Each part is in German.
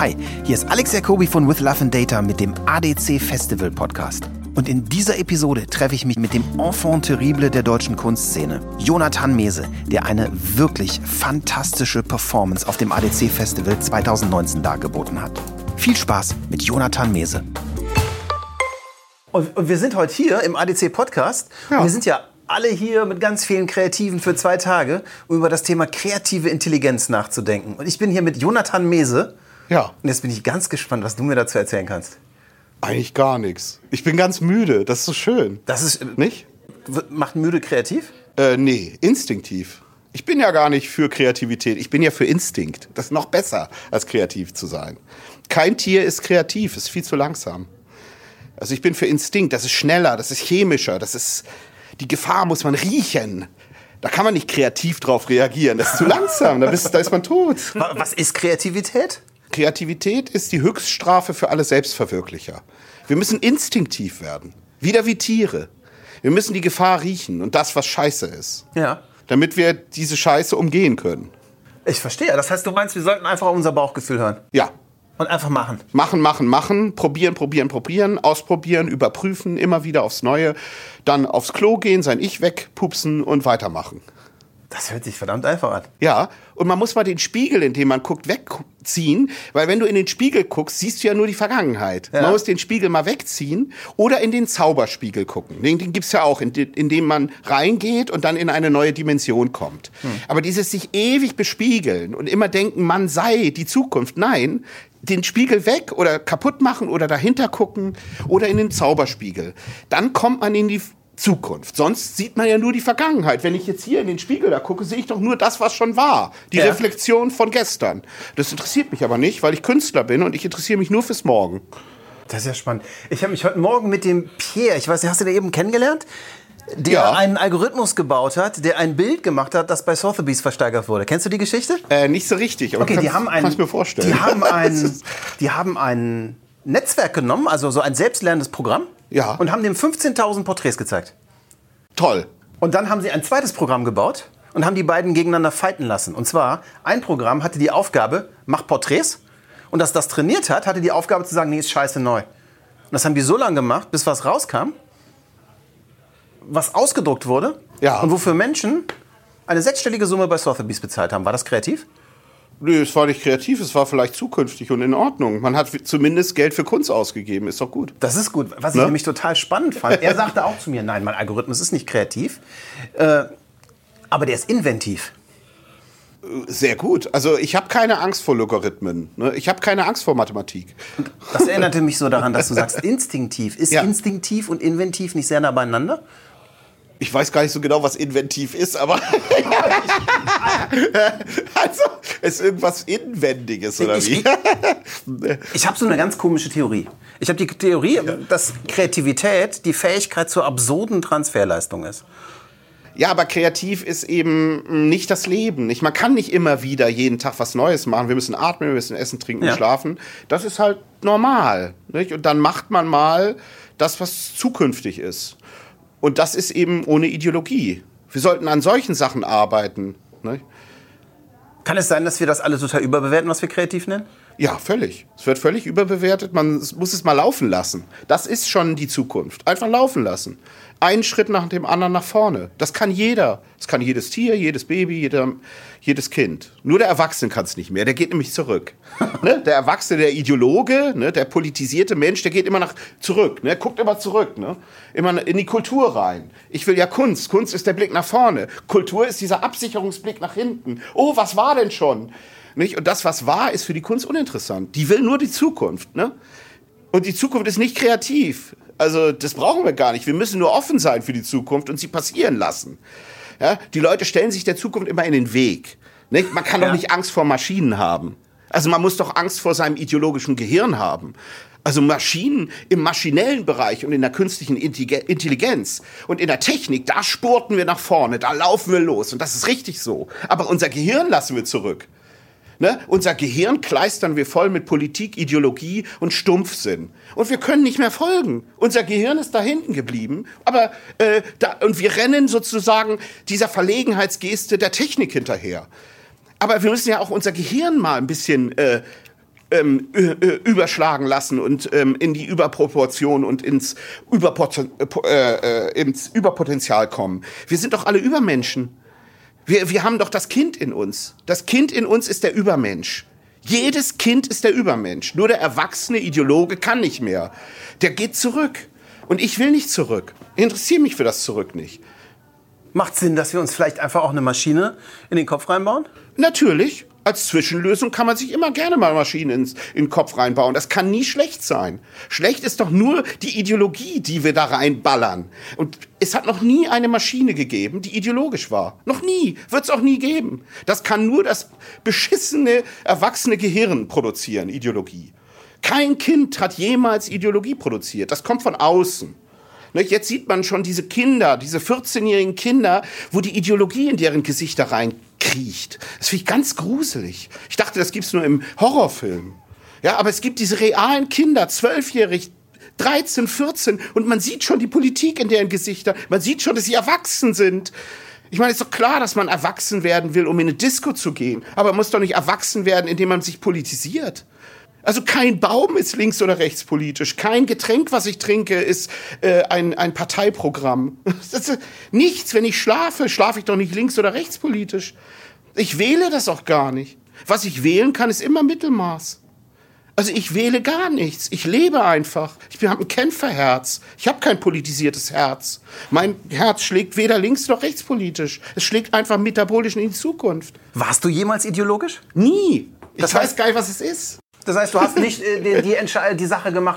Hi, hier ist Alex Jacobi von With Love and Data mit dem ADC Festival Podcast. Und in dieser Episode treffe ich mich mit dem Enfant terrible der deutschen Kunstszene, Jonathan Mese, der eine wirklich fantastische Performance auf dem ADC Festival 2019 dargeboten hat. Viel Spaß mit Jonathan Mese. Und wir sind heute hier im ADC Podcast. Ja. Und wir sind ja alle hier mit ganz vielen Kreativen für 2 Tage, um über das Thema kreative Intelligenz nachzudenken. Und ich bin hier mit Jonathan Mese. Ja. Und jetzt bin ich ganz gespannt, was du mir dazu erzählen kannst. Eigentlich gar nichts. Ich bin ganz müde. Das ist so schön. Das ist nicht? Macht müde kreativ? Nee, instinktiv. Ich bin ja gar nicht für Kreativität. Ich bin ja für Instinkt. Das ist noch besser, als kreativ zu sein. Kein Tier ist kreativ. Ist viel zu langsam. Also ich bin für Instinkt. Das ist schneller. Das ist chemischer. Das ist die Gefahr muss man riechen. Da kann man nicht kreativ drauf reagieren. Das ist zu langsam. Da ist man tot. Was ist Kreativität? Kreativität ist die Höchststrafe für alle Selbstverwirklicher. Wir müssen instinktiv werden. Wieder wie Tiere. Wir müssen die Gefahr riechen und das, was scheiße ist. Ja. Damit wir diese Scheiße umgehen können. Ich verstehe. Das heißt, du meinst, wir sollten einfach auf unser Bauchgefühl hören? Ja. Und einfach machen. Machen. Probieren. Ausprobieren, überprüfen, immer wieder aufs Neue. Dann aufs Klo gehen, sein Ich wegpupsen und weitermachen. Das hört sich verdammt einfach an. Ja, und man muss mal den Spiegel, in dem man guckt, wegziehen. Weil wenn du in den Spiegel guckst, siehst du ja nur die Vergangenheit. Ja. Man muss den Spiegel mal wegziehen oder in den Zauberspiegel gucken. Den gibt's ja auch, in dem man reingeht und dann in eine neue Dimension kommt. Aber dieses sich ewig bespiegeln und immer denken, man sei die Zukunft. Nein, den Spiegel weg oder kaputt machen oder dahinter gucken oder in den Zauberspiegel. Dann kommt man in die Zukunft. Sonst sieht man ja nur die Vergangenheit. Wenn ich jetzt hier in den Spiegel da gucke, sehe ich doch nur das, was schon war. Die Reflexion von gestern. Das interessiert mich aber nicht, weil ich Künstler bin und ich interessiere mich nur fürs Morgen. Das ist ja spannend. Ich habe mich heute Morgen mit dem Pierre, ich weiß nicht, hast du den eben kennengelernt? Der einen Algorithmus gebaut hat, der ein Bild gemacht hat, das bei Sotheby's versteigert wurde. Kennst du die Geschichte? Nicht so richtig, aber kannst mir vorstellen. Die haben ein Netzwerk genommen, also so ein selbstlernendes Programm. Ja. Und haben dem 15.000 Porträts gezeigt. Toll. Und dann haben sie ein zweites Programm gebaut und haben die beiden gegeneinander fighten lassen. Und zwar, ein Programm hatte die Aufgabe, mach Porträts. Und das trainiert hat, hatte die Aufgabe zu sagen, nee, ist scheiße neu. Und das haben die so lange gemacht, bis was rauskam, was ausgedruckt wurde. Ja. Und wofür Menschen eine 6-stellige Summe bei Sotheby's bezahlt haben. War das kreativ? Nö, es war nicht kreativ, es war vielleicht zukünftig und in Ordnung. Man hat zumindest Geld für Kunst ausgegeben, ist doch gut. Das ist gut, was ich nämlich total spannend fand. Er sagte auch zu mir, nein, mein Algorithmus ist nicht kreativ, aber der ist inventiv. Sehr gut. Also ich habe keine Angst vor Logarithmen. Ne? Ich habe keine Angst vor Mathematik. Das erinnerte mich so daran, dass du sagst, instinktiv. Ist instinktiv und inventiv nicht sehr nah beieinander? Ich weiß gar nicht so genau, was inventiv ist, aber also ist irgendwas Inwendiges oder wie? Ich habe so eine ganz komische Theorie. Ich habe die Theorie, dass Kreativität die Fähigkeit zur absurden Transferleistung ist. Ja, aber kreativ ist eben nicht das Leben. Man kann nicht immer wieder jeden Tag was Neues machen. Wir müssen atmen, wir müssen essen, trinken und schlafen. Das ist halt normal. Nicht? Und dann macht man mal das, was zukünftig ist. Und das ist eben ohne Ideologie. Wir sollten an solchen Sachen arbeiten. Ne? Kann es sein, dass wir das alle total überbewerten, was wir kreativ nennen? Ja, völlig. Es wird völlig überbewertet. Man muss es mal laufen lassen. Das ist schon die Zukunft. Einfach laufen lassen. Einen Schritt nach dem anderen nach vorne. Das kann jeder. Das kann jedes Tier, jedes Baby, jedes Kind. Nur der Erwachsene kann es nicht mehr. Der geht nämlich zurück. Ne? Der Erwachsene, der Ideologe, ne? Der politisierte Mensch, der geht immer zurück. Ne? Guckt immer zurück. Ne? Immer in die Kultur rein. Ich will ja Kunst. Kunst ist der Blick nach vorne. Kultur ist dieser Absicherungsblick nach hinten. Oh, was war denn schon? Nicht? Und das, was war, ist für die Kunst uninteressant. Die will nur die Zukunft. Ne? Und die Zukunft ist nicht kreativ. Also das brauchen wir gar nicht. Wir müssen nur offen sein für die Zukunft und sie passieren lassen. Ja? Die Leute stellen sich der Zukunft immer in den Weg. Nicht? Man kann doch nicht Angst vor Maschinen haben. Also man muss doch Angst vor seinem ideologischen Gehirn haben. Also Maschinen im maschinellen Bereich und in der künstlichen Intelligenz und in der Technik, da spurten wir nach vorne, da laufen wir los. Und das ist richtig so. Aber unser Gehirn lassen wir zurück. Ne? Unser Gehirn kleistern wir voll mit Politik, Ideologie und Stumpfsinn. Und wir können nicht mehr folgen. Unser Gehirn ist da hinten geblieben. Aber und wir rennen sozusagen dieser Verlegenheitsgeste der Technik hinterher. Aber wir müssen ja auch unser Gehirn mal ein bisschen überschlagen lassen und in die Überproportion und ins Überpotenzial kommen. Wir sind doch alle Übermenschen. Wir haben doch das Kind in uns. Das Kind in uns ist der Übermensch. Jedes Kind ist der Übermensch. Nur der erwachsene Ideologe kann nicht mehr. Der geht zurück. Und ich will nicht zurück. Ich interessiere mich für das Zurück nicht. Macht Sinn, dass wir uns vielleicht einfach auch eine Maschine in den Kopf reinbauen? Natürlich. Als Zwischenlösung kann man sich immer gerne mal Maschinen in den Kopf reinbauen. Das kann nie schlecht sein. Schlecht ist doch nur die Ideologie, die wir da reinballern. Und es hat noch nie eine Maschine gegeben, die ideologisch war. Noch nie. Wird es auch nie geben. Das kann nur das beschissene, erwachsene Gehirn produzieren, Ideologie. Kein Kind hat jemals Ideologie produziert. Das kommt von außen. Jetzt sieht man schon diese Kinder, diese 14-jährigen Kinder, wo die Ideologie in deren Gesichter reinkriecht. Das finde ich ganz gruselig. Ich dachte, das gibt's nur im Horrorfilm. Ja, aber es gibt diese realen Kinder, 12-jährig, 13, 14, und man sieht schon die Politik in deren Gesichter. Man sieht schon, dass sie erwachsen sind. Ich meine, es ist doch klar, dass man erwachsen werden will, um in eine Disco zu gehen. Aber man muss doch nicht erwachsen werden, indem man sich politisiert. Also kein Baum ist links- oder rechtspolitisch. Kein Getränk, was ich trinke, ist ein Parteiprogramm. Das ist nichts. Wenn ich schlafe ich doch nicht links- oder rechtspolitisch. Ich wähle das auch gar nicht. Was ich wählen kann, ist immer Mittelmaß. Also ich wähle gar nichts. Ich lebe einfach. Ich habe ein Kämpferherz. Ich habe kein politisiertes Herz. Mein Herz schlägt weder links- noch rechtspolitisch. Es schlägt einfach metabolisch in die Zukunft. Warst du jemals ideologisch? Nie. Ich weiß gar nicht, was es ist. Das heißt, du hast nicht die Sache gemacht,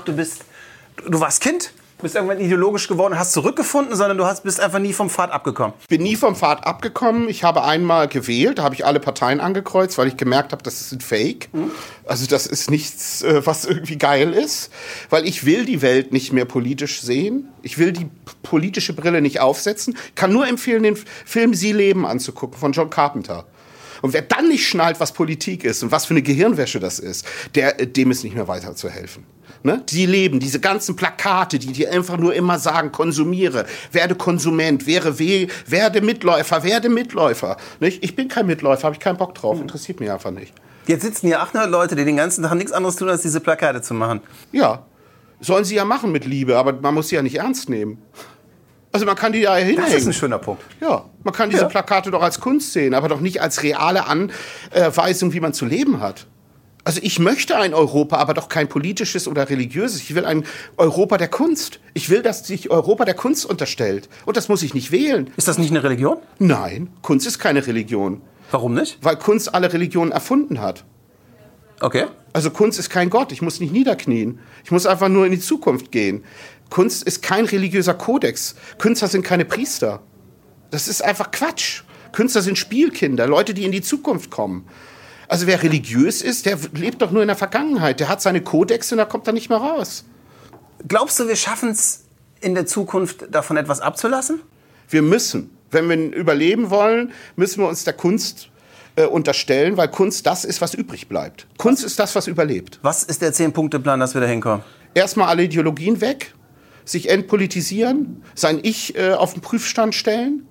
du warst Kind, bist irgendwann ideologisch geworden, hast zurückgefunden, sondern bist einfach nie vom Pfad abgekommen. Ich bin nie vom Pfad abgekommen. Ich habe einmal gewählt, da habe ich alle Parteien angekreuzt, weil ich gemerkt habe, das ist ein Fake. Also das ist nichts, was irgendwie geil ist. Weil ich will die Welt nicht mehr politisch sehen. Ich will die politische Brille nicht aufsetzen. Ich kann nur empfehlen, den Film Sie leben anzugucken von John Carpenter. Und wer dann nicht schnallt, was Politik ist und was für eine Gehirnwäsche das ist, dem ist nicht mehr weiter zu helfen. Ne? Die leben, diese ganzen Plakate, die dir einfach nur immer sagen, konsumiere, werde Konsument, werde Mitläufer. Nicht? Ich bin kein Mitläufer, habe ich keinen Bock drauf, interessiert mich einfach nicht. Jetzt sitzen hier 800 Leute, die den ganzen Tag nichts anderes tun, als diese Plakate zu machen. Ja, sollen sie ja machen mit Liebe, aber man muss sie ja nicht ernst nehmen. Also man kann die ja hinhängen. Das ist ein schöner Punkt. Ja, man kann diese Plakate doch als Kunst sehen, aber doch nicht als reale Anweisung, wie man zu leben hat. Also ich möchte ein Europa, aber doch kein politisches oder religiöses. Ich will ein Europa der Kunst. Ich will, dass sich Europa der Kunst unterstellt. Und das muss ich nicht wählen. Ist das nicht eine Religion? Nein, Kunst ist keine Religion. Warum nicht? Weil Kunst alle Religionen erfunden hat. Okay. Also Kunst ist kein Gott. Ich muss nicht niederknien. Ich muss einfach nur in die Zukunft gehen. Kunst ist kein religiöser Kodex. Künstler sind keine Priester. Das ist einfach Quatsch. Künstler sind Spielkinder, Leute, die in die Zukunft kommen. Also wer religiös ist, der lebt doch nur in der Vergangenheit. Der hat seine Kodexe und da kommt er nicht mehr raus. Glaubst du, wir schaffen es in der Zukunft, davon etwas abzulassen? Wir müssen. Wenn wir überleben wollen, müssen wir uns der Kunst unterstellen, weil Kunst das ist, was übrig bleibt. Kunst ist das, was überlebt. Was ist der 10-Punkte-Plan, dass wir da hinkommen? Erstmal alle Ideologien weg, sich entpolitisieren, sein Ich auf den Prüfstand stellen,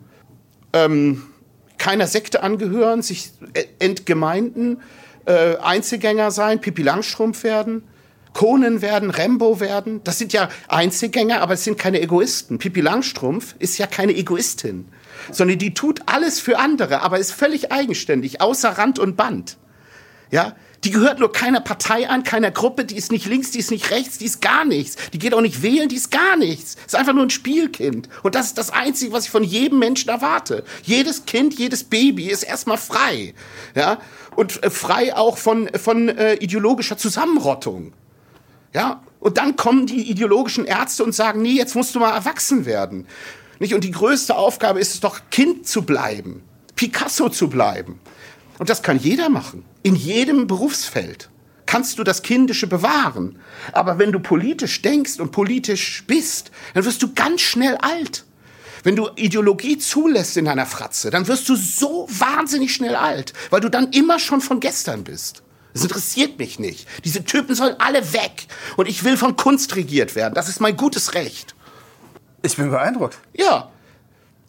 keiner Sekte angehören, sich entgemeinden, Einzelgänger sein, Pippi Langstrumpf werden, Conan werden, Rambo werden. Das sind ja Einzelgänger, aber es sind keine Egoisten. Pippi Langstrumpf ist ja keine Egoistin, sondern die tut alles für andere, aber ist völlig eigenständig, außer Rand und Band. Ja? Die gehört nur keiner Partei an, keiner Gruppe, die ist nicht links, die ist nicht rechts, die ist gar nichts. Die geht auch nicht wählen, die ist gar nichts. Ist einfach nur ein Spielkind. Und das ist das Einzige, was ich von jedem Menschen erwarte. Jedes Kind, jedes Baby ist erstmal frei. Ja? Und frei auch von ideologischer Zusammenrottung. Ja? Und dann kommen die ideologischen Ärzte und sagen, nee, jetzt musst du mal erwachsen werden. Nicht? Und die größte Aufgabe ist es doch, Kind zu bleiben, Picasso zu bleiben. Und das kann jeder machen. In jedem Berufsfeld kannst du das Kindische bewahren. Aber wenn du politisch denkst und politisch bist, dann wirst du ganz schnell alt. Wenn du Ideologie zulässt in deiner Fratze, dann wirst du so wahnsinnig schnell alt, weil du dann immer schon von gestern bist. Das interessiert mich nicht. Diese Typen sollen alle weg. Und ich will von Kunst regiert werden. Das ist mein gutes Recht. Ich bin beeindruckt. Ja.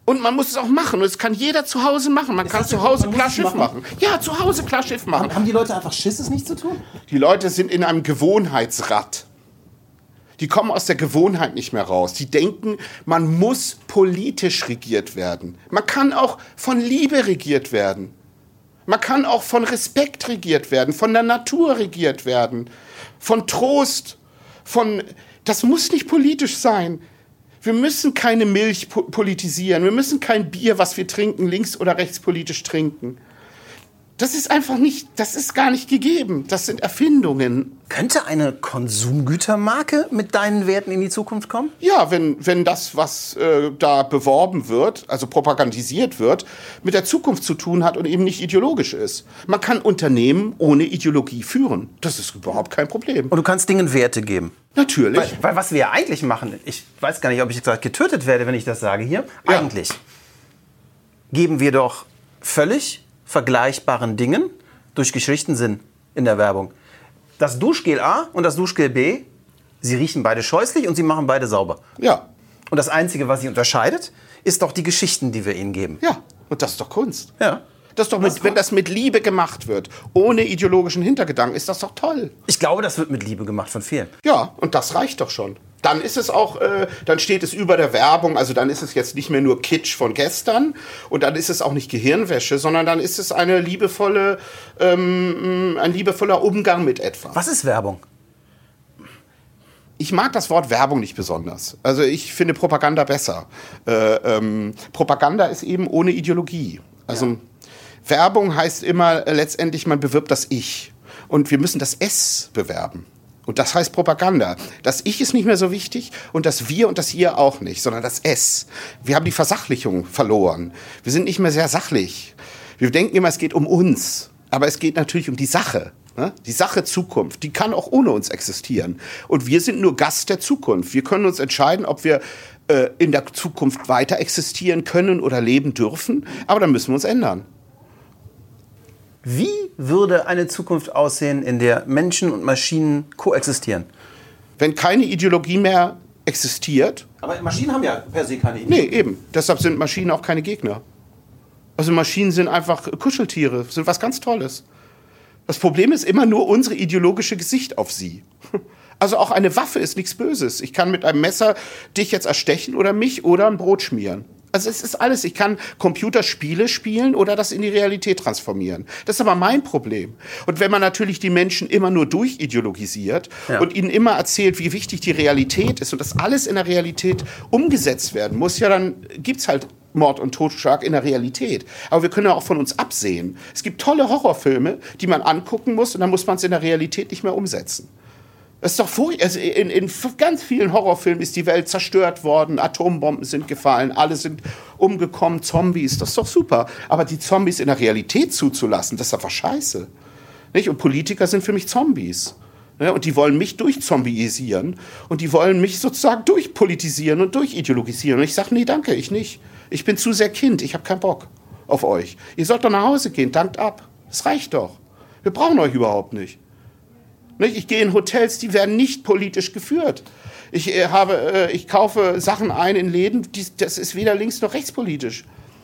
Und man muss es auch machen. Und es kann jeder zu Hause machen. Man kann zu Hause Klarschiff machen. Ja, zu Hause Klarschiff machen. Haben die Leute einfach Schiss, es nicht zu tun? Die Leute sind in einem Gewohnheitsrad. Die kommen aus der Gewohnheit nicht mehr raus. Die denken, man muss politisch regiert werden. Man kann auch von Liebe regiert werden. Man kann auch von Respekt regiert werden, von der Natur regiert werden, von Trost, das muss nicht politisch sein. Wir müssen keine Milch politisieren, wir müssen kein Bier, was wir trinken, links- oder rechtspolitisch trinken. Das ist einfach nicht, das ist gar nicht gegeben. Das sind Erfindungen. Könnte eine Konsumgütermarke mit deinen Werten in die Zukunft kommen? Ja, wenn das, was da beworben wird, also propagandisiert wird, mit der Zukunft zu tun hat und eben nicht ideologisch ist. Man kann Unternehmen ohne Ideologie führen. Das ist überhaupt kein Problem. Und du kannst Dingen Werte geben. Natürlich. Weil was wir ja eigentlich machen, ich weiß gar nicht, ob ich jetzt getötet werde, wenn ich das sage hier. Ja. Eigentlich geben wir doch völlig vergleichbaren Dingen durch Geschichten Sinn in der Werbung. Das Duschgel A und das Duschgel B, sie riechen beide scheußlich und sie machen beide sauber. Ja. Und das Einzige, was sie unterscheidet, ist doch die Geschichten, die wir ihnen geben. Ja, und das ist doch Kunst. Ja. Das ist doch wenn das mit Liebe gemacht wird, ohne ideologischen Hintergedanken, ist das doch toll. Ich glaube, das wird mit Liebe gemacht von vielen. Ja, und das reicht doch schon. Dann ist es auch, dann steht es über der Werbung, also dann ist es jetzt nicht mehr nur Kitsch von gestern und dann ist es auch nicht Gehirnwäsche, sondern dann ist es ein liebevoller Umgang mit etwas. Was ist Werbung? Ich mag das Wort Werbung nicht besonders. Also ich finde Propaganda besser. Propaganda ist eben ohne Ideologie. Also Werbung heißt immer letztendlich, man bewirbt das Ich. Und wir müssen das Es bewerben. Und das heißt Propaganda. Das Ich ist nicht mehr so wichtig und das Wir und das Ihr auch nicht, sondern das Es. Wir haben die Versachlichung verloren. Wir sind nicht mehr sehr sachlich. Wir denken immer, es geht um uns. Aber es geht natürlich um die Sache. Ne? Die Sache Zukunft, die kann auch ohne uns existieren. Und wir sind nur Gast der Zukunft. Wir können uns entscheiden, ob wir in der Zukunft weiter existieren können oder leben dürfen. Aber dann müssen wir uns ändern. Wie würde eine Zukunft aussehen, in der Menschen und Maschinen koexistieren? Wenn keine Ideologie mehr existiert. Aber Maschinen haben ja per se keine Ideologie. Nee, eben. Deshalb sind Maschinen auch keine Gegner. Also Maschinen sind einfach Kuscheltiere, sind was ganz Tolles. Das Problem ist immer nur unsere ideologische Sicht auf sie. Also auch eine Waffe ist nichts Böses. Ich kann mit einem Messer dich jetzt erstechen oder mich oder ein Brot schmieren. Also es ist alles. Ich kann Computerspiele spielen oder das in die Realität transformieren. Das ist aber mein Problem. Und wenn man natürlich die Menschen immer nur durchideologisiert und ihnen immer erzählt, wie wichtig die Realität ist und das alles in der Realität umgesetzt werden muss, ja, dann gibt's halt Mord und Totschlag in der Realität. Aber wir können ja auch von uns absehen. Es gibt tolle Horrorfilme, die man angucken muss und dann muss man es in der Realität nicht mehr umsetzen. Das ist doch furchtbar. Also in ganz vielen Horrorfilmen ist die Welt zerstört worden, Atombomben sind gefallen, alle sind umgekommen, Zombies, das ist doch super. Aber die Zombies in der Realität zuzulassen, das ist einfach scheiße. Nicht? Und Politiker sind für mich Zombies. Ja, und die wollen mich durchzombiisieren und die wollen mich sozusagen durchpolitisieren und durchideologisieren. Und ich sage, nee, danke, ich nicht. Ich bin zu sehr Kind, ich habe keinen Bock auf euch. Ihr sollt doch nach Hause gehen, dankt ab. Das reicht doch. Wir brauchen euch überhaupt nicht. Ich gehe in Hotels, die werden nicht politisch geführt. Ich kaufe Sachen ein in Läden, das ist weder links- noch rechtspolitisch.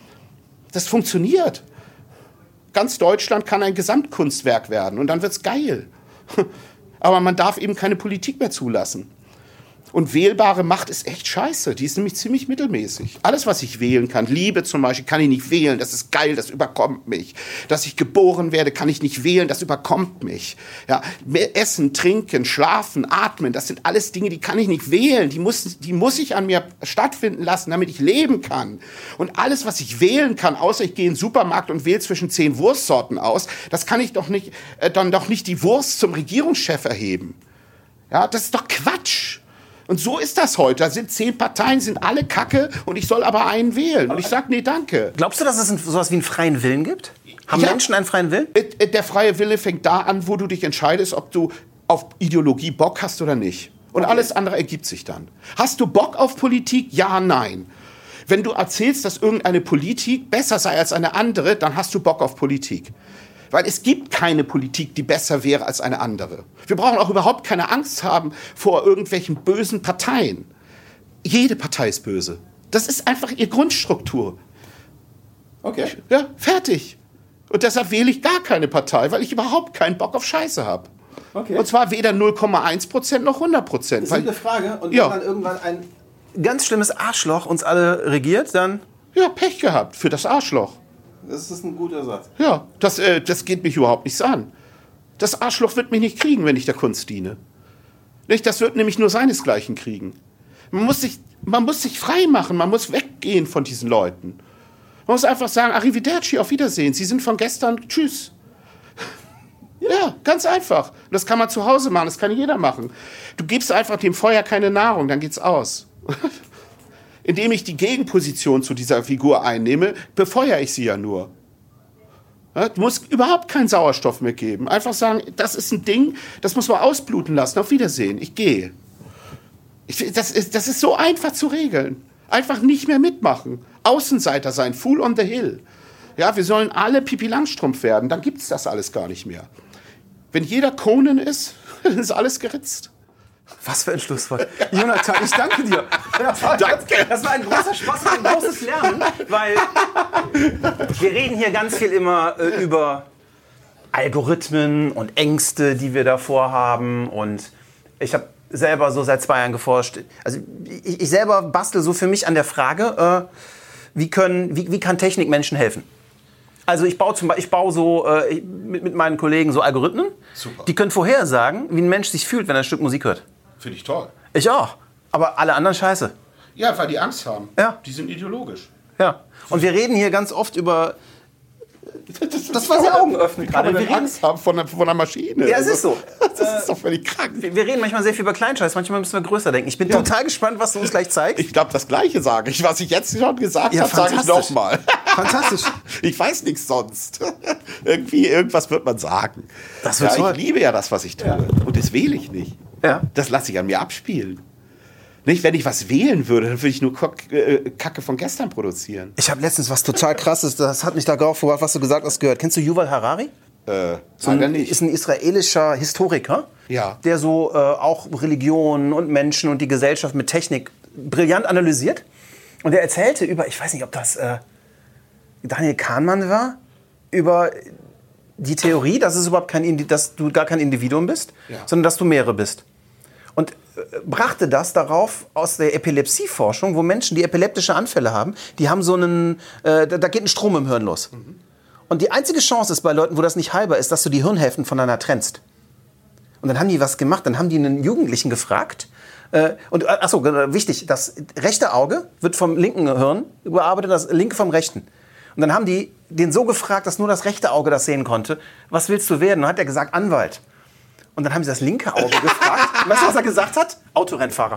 Das funktioniert. Ganz Deutschland kann ein Gesamtkunstwerk werden und dann wird's geil. Aber man darf eben keine Politik mehr zulassen. Und wählbare Macht ist echt scheiße. Die ist nämlich ziemlich mittelmäßig. Alles, was ich wählen kann, Liebe zum Beispiel, kann ich nicht wählen. Das ist geil, das überkommt mich. Dass ich geboren werde, kann ich nicht wählen. Das überkommt mich. Ja, Essen, Trinken, Schlafen, Atmen, das sind alles Dinge, die kann ich nicht wählen. Die muss ich an mir stattfinden lassen, damit ich leben kann. Und alles, was ich wählen kann, außer ich gehe in den Supermarkt und wähle zwischen 10 Wurstsorten aus, das kann ich doch nicht, dann doch nicht die Wurst zum Regierungschef erheben. Ja, das ist doch Quatsch. Und so ist das heute. Da sind 10 Parteien, sind alle Kacke und ich soll aber einen wählen. Und ich sage, nee, danke. Glaubst du, dass es sowas wie einen freien Willen gibt? Haben Menschen einen freien Willen? Der freie Wille fängt da an, wo du dich entscheidest, ob du auf Ideologie Bock hast oder nicht. Und alles andere ergibt sich dann. Hast du Bock auf Politik? Ja, nein. Wenn du erzählst, dass irgendeine Politik besser sei als eine andere, dann hast du Bock auf Politik. Weil es gibt keine Politik, die besser wäre als eine andere. Wir brauchen auch überhaupt keine Angst haben vor irgendwelchen bösen Parteien. Jede Partei ist böse. Das ist einfach ihre Grundstruktur. Okay. Ja, fertig. Und deshalb wähle ich gar keine Partei, weil ich überhaupt keinen Bock auf Scheiße habe. Okay. Und zwar weder 0,1% noch 100%. Das ist eine Frage. Und ja. wenn dann irgendwann ein ganz schlimmes Arschloch uns alle regiert, dann... Ja, Pech gehabt für das Arschloch. Das ist ein guter Satz. Ja, das geht mich überhaupt nichts an. Das Arschloch wird mich nicht kriegen, wenn ich der Kunst diene. Nicht? Das wird nämlich nur seinesgleichen kriegen. Man muss sich frei machen, man muss weggehen von diesen Leuten. Man muss einfach sagen, Arrivederci, auf Wiedersehen, Sie sind von gestern, tschüss. Ja, ganz einfach. Das kann man zu Hause machen, das kann jeder machen. Du gibst einfach dem Feuer keine Nahrung, dann geht's aus. Indem ich die Gegenposition zu dieser Figur einnehme, befeuere ich sie ja nur. Ja, du musst überhaupt keinen Sauerstoff mehr geben. Einfach sagen, das ist ein Ding, das muss man ausbluten lassen. Auf Wiedersehen, ich gehe. Das ist so einfach zu regeln. Einfach nicht mehr mitmachen. Außenseiter sein, Fool on the Hill. Ja, wir sollen alle Pipi Langstrumpf werden, dann gibt es das alles gar nicht mehr. Wenn jeder Conan ist, ist alles geritzt. Was für ein Schlusswort. Jonathan, ich danke dir. Das war ein großer Spaß und ein großes Lernen, weil wir reden hier ganz viel immer über Algorithmen und Ängste, die wir davor haben. Und ich habe selber so seit 2 Jahren geforscht. Also ich selber bastel so für mich an der Frage, wie kann Technik Menschen helfen? Also ich baue mit meinen Kollegen so Algorithmen, Super. Die können vorhersagen, wie ein Mensch sich fühlt, wenn er ein Stück Musik hört. Finde ich toll. Ich auch. Aber alle anderen scheiße. Ja, weil die Angst haben. Ja. Die sind ideologisch. Ja. Und wir reden hier ganz oft über... Das war sehr augenöffnend gerade. Wir Angst haben von einer Maschine. Ja, es ist so. Das ist doch völlig krank. Wir reden manchmal sehr viel über Kleinscheiß, manchmal müssen wir größer denken. Ich bin total gespannt, was du uns gleich zeigst. Ich glaube, das Gleiche sage ich. Was ich jetzt schon gesagt habe, sage ich nochmal. Fantastisch. Ich weiß nichts sonst. Irgendwas wird man sagen. Das wird toll. Ich liebe ja das, was ich tue. Ja. Und das wähle ich nicht. Ja. Das lasse ich an mir abspielen. Nicht, wenn ich was wählen würde, dann würde ich nur Kacke von gestern produzieren. Ich habe letztens was total Krasses, das hat mich da drauf gebracht, was du gesagt hast, gehört. Kennst du Yuval Harari? Nicht. Ist ein israelischer Historiker, ja. Der so auch Religionen und Menschen und die Gesellschaft mit Technik brillant analysiert. Und er erzählte über, ich weiß nicht, ob das Daniel Kahnemann war, über die Theorie, dass dass du gar kein Individuum bist, sondern dass du mehrere bist. Und brachte das darauf aus der Epilepsieforschung, wo Menschen, die epileptische Anfälle haben, die haben so einen, da geht ein Strom im Hirn los. Mhm. Und die einzige Chance ist bei Leuten, wo das nicht heilbar ist, dass du die Hirnhälften voneinander trennst. Und dann haben die was gemacht, dann haben die einen Jugendlichen gefragt, wichtig, das rechte Auge wird vom linken Hirn bearbeitet, das linke vom rechten. Und dann haben die den so gefragt, dass nur das rechte Auge das sehen konnte. Was willst du werden? Und dann hat er gesagt, Anwalt. Und dann haben sie das linke Auge gefragt. Weißt du, was er gesagt hat? Autorennfahrer.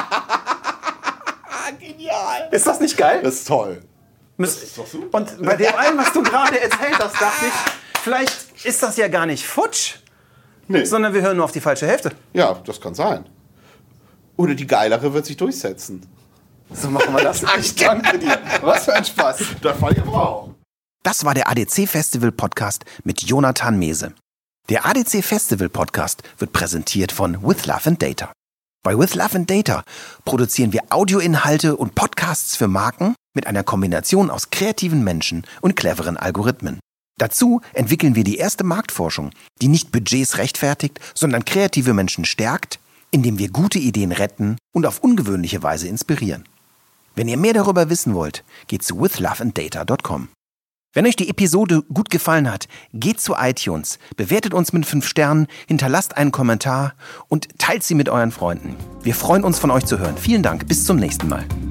Genial. Ist das nicht geil? Das ist toll. Das ist doch super. Und bei dem einen, was du gerade erzählt hast, dachte ich, vielleicht ist das ja gar nicht futsch, sondern wir hören nur auf die falsche Hälfte. Ja, das kann sein. Oder die geilere wird sich durchsetzen. So machen wir das. Ich danke dir. Was für ein Spaß. Das fand ich aber auch. Das war der ADC Festival Podcast mit Jonathan Mese. Der ADC Festival Podcast wird präsentiert von With Love & Data. Bei With Love & Data produzieren wir Audioinhalte und Podcasts für Marken mit einer Kombination aus kreativen Menschen und cleveren Algorithmen. Dazu entwickeln wir die erste Marktforschung, die nicht Budgets rechtfertigt, sondern kreative Menschen stärkt, indem wir gute Ideen retten und auf ungewöhnliche Weise inspirieren. Wenn ihr mehr darüber wissen wollt, geht zu withloveanddata.com. Wenn euch die Episode gut gefallen hat, geht zu iTunes, bewertet uns mit 5 Sternen, hinterlasst einen Kommentar und teilt sie mit euren Freunden. Wir freuen uns, von euch zu hören. Vielen Dank, bis zum nächsten Mal.